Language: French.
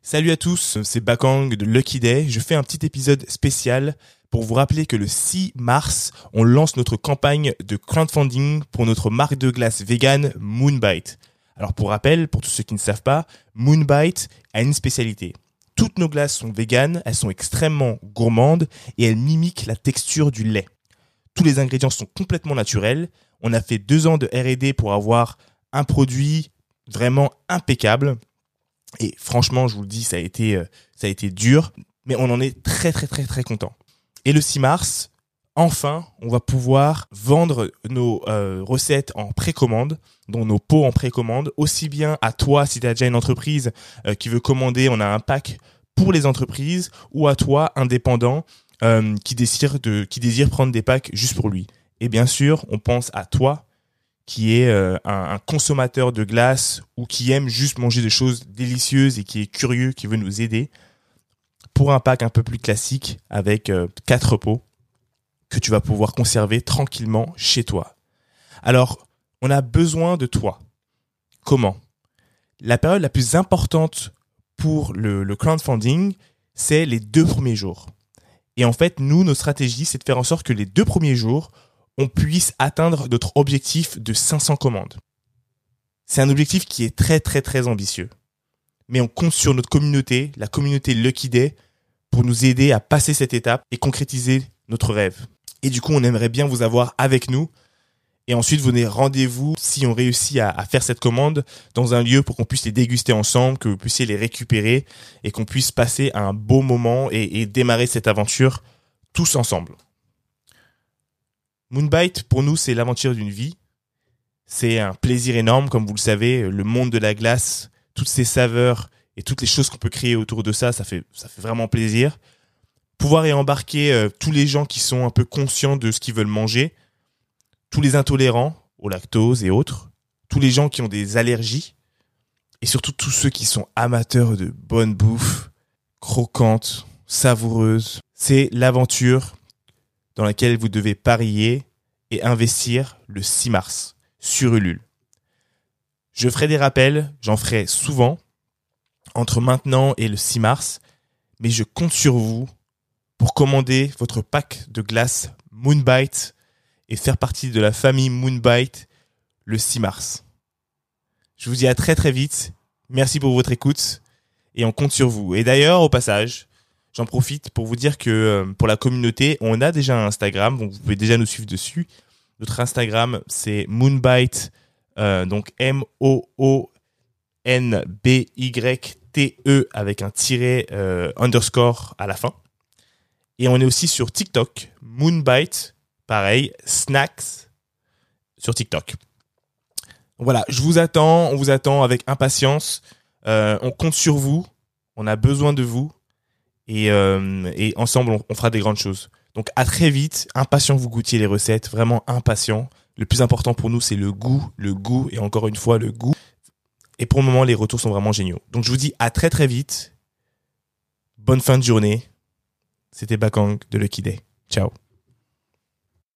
Salut à tous, c'est Bakang de Lucky Day. Je fais un petit épisode spécial pour vous rappeler que le 6 mars, on lance notre campagne de crowdfunding pour notre marque de glace vegan Moonbite. Alors pour rappel, pour tous ceux qui ne savent pas, Moonbite a une spécialité. Toutes nos glaces sont véganes, elles sont extrêmement gourmandes et elles mimiquent la texture du lait. Tous les ingrédients sont complètement naturels. On a fait 2 ans de R&D pour avoir un produit vraiment impeccable. Et franchement, je vous le dis, ça a été dur, mais on en est très content. Et le 6 mars, enfin, on va pouvoir vendre nos recettes en précommande, dont nos pots en précommande, aussi bien à toi si tu as déjà une entreprise qui veut commander, on a un pack pour les entreprises, ou à toi, indépendant, qui désire prendre des packs juste pour lui. Et bien sûr, on pense à toi, qui est un consommateur de glace ou qui aime juste manger des choses délicieuses et qui est curieux, qui veut nous aider, pour un pack un peu plus classique avec 4 pots que tu vas pouvoir conserver tranquillement chez toi. Alors, on a besoin de toi. Comment ? La période la plus importante pour le crowdfunding, c'est les 2 premiers jours. Et en fait, nous, notre stratégie, c'est de faire en sorte que les 2 premiers jours, on puisse atteindre notre objectif de 500 commandes. C'est un objectif qui est très ambitieux. Mais on compte sur notre communauté, la communauté Lucky Day, pour nous aider à passer cette étape et concrétiser notre rêve. Et du coup, on aimerait bien vous avoir avec nous. Et ensuite, venez rendez-vous si on réussit à faire cette commande dans un lieu pour qu'on puisse les déguster ensemble, que vous puissiez les récupérer et qu'on puisse passer un beau moment et démarrer cette aventure tous ensemble. Moonbite, pour nous, c'est l'aventure d'une vie. C'est un plaisir énorme, comme vous le savez, le monde de la glace, toutes ces saveurs et toutes les choses qu'on peut créer autour de ça, ça fait vraiment plaisir. Pouvoir y embarquer tous les gens qui sont un peu conscients de ce qu'ils veulent manger, tous les intolérants au lactose et autres, tous les gens qui ont des allergies, et surtout tous ceux qui sont amateurs de bonne bouffe, croquante, savoureuse. C'est l'aventure dans laquelle vous devez parier et investir le 6 mars sur Ulule. Je ferai des rappels, j'en ferai souvent, entre maintenant et le 6 mars, mais je compte sur vous pour commander votre pack de glace Moonbite et faire partie de la famille Moonbite le 6 mars. Je vous dis à très vite, merci pour votre écoute et on compte sur vous. Et d'ailleurs, au passage, j'en profite pour vous dire que pour la communauté, on a déjà un Instagram, donc vous pouvez déjà nous suivre dessus. Notre Instagram, c'est Moonbite, donc MOONBYTE avec un tiret underscore à la fin. Et on est aussi sur TikTok, Moonbite, pareil, snacks sur TikTok. Voilà, on vous attend avec impatience. On compte sur vous, on a besoin de vous. Et ensemble, on fera des grandes choses. Donc, à très vite. Impatient que vous goûtiez les recettes. Vraiment impatient. Le plus important pour nous, c'est le goût et encore une fois, le goût. Et pour le moment, les retours sont vraiment géniaux. Donc, je vous dis à très vite. Bonne fin de journée. C'était Bakang de Lucky Day. Ciao.